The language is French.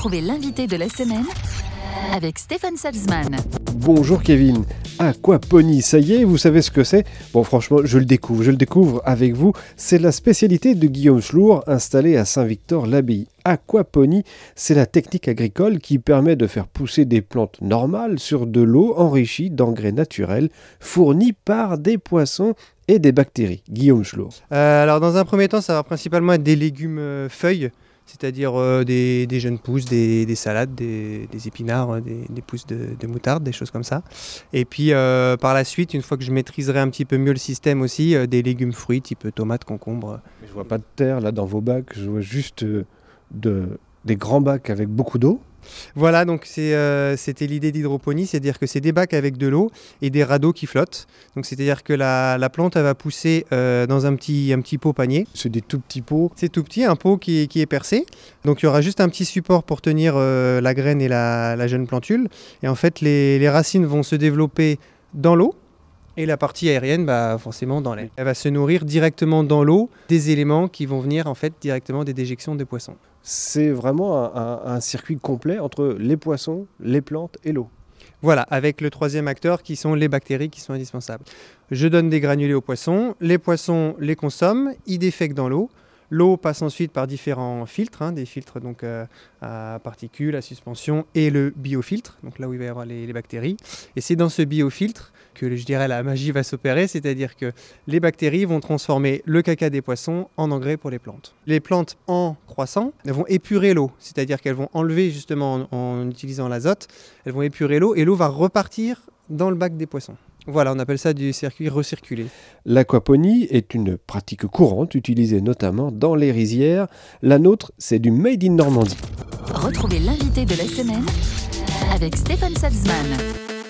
Retrouvez l'invité de la semaine avec Stéphane Salzman. Bonjour Kevin, aquaponie, ça y est, vous savez ce que c'est? Bon franchement, je le découvre avec vous. C'est la spécialité de Guillaume Schlour, installé à Saint-Victor-l'Abbaye. Aquaponie, c'est la technique agricole qui permet de faire pousser des plantes normales sur de l'eau enrichie d'engrais naturels fournis par des poissons et des bactéries. Guillaume Schlour. Alors dans un premier temps, ça va principalement être des légumes feuilles, c'est-à-dire des jeunes pousses, des salades, des épinards, des pousses de moutarde, des choses comme ça. Et puis par la suite, une fois que je maîtriserai un petit peu mieux le système aussi, des légumes fruits type tomates, concombres. Je vois pas de terre là dans vos bacs, je vois juste des grands bacs avec beaucoup d'eau. Voilà, donc c'était l'idée d'hydroponie, c'est-à-dire que c'est des bacs avec de l'eau et des radeaux qui flottent. Donc c'est-à-dire que la plante elle va pousser dans un petit pot panier. C'est des tout petits pots. C'est tout petit, un pot qui est percé. Donc il y aura juste un petit support pour tenir la graine et la jeune plantule. Et en fait, les racines vont se développer dans l'eau. Et la partie aérienne, forcément dans l'air. Elle va se nourrir directement dans l'eau des éléments qui vont venir en fait directement des déjections des poissons. C'est vraiment un circuit complet entre les poissons, les plantes et l'eau. Voilà, avec le troisième acteur qui sont les bactéries qui sont indispensables. Je donne des granulés aux poissons, les poissons les consomment, ils défèquent dans l'eau. L'eau passe ensuite par différents filtres, des filtres donc, à particules, à suspension et le biofiltre, donc là où il va y avoir les bactéries. Et c'est dans ce biofiltre que je dirais la magie va s'opérer, c'est-à-dire que les bactéries vont transformer le caca des poissons en engrais pour les plantes. Les plantes en croissant, elles vont épurer l'eau, c'est-à-dire qu'elles vont enlever justement en utilisant l'azote, elles vont épurer l'eau et l'eau va repartir dans le bac des poissons. Voilà, on appelle ça du circuit recirculé. L'aquaponie est une pratique courante, utilisée notamment dans les rizières. La nôtre, c'est du Made in Normandie. Retrouvez l'invité de la semaine avec Stéphane Salzman.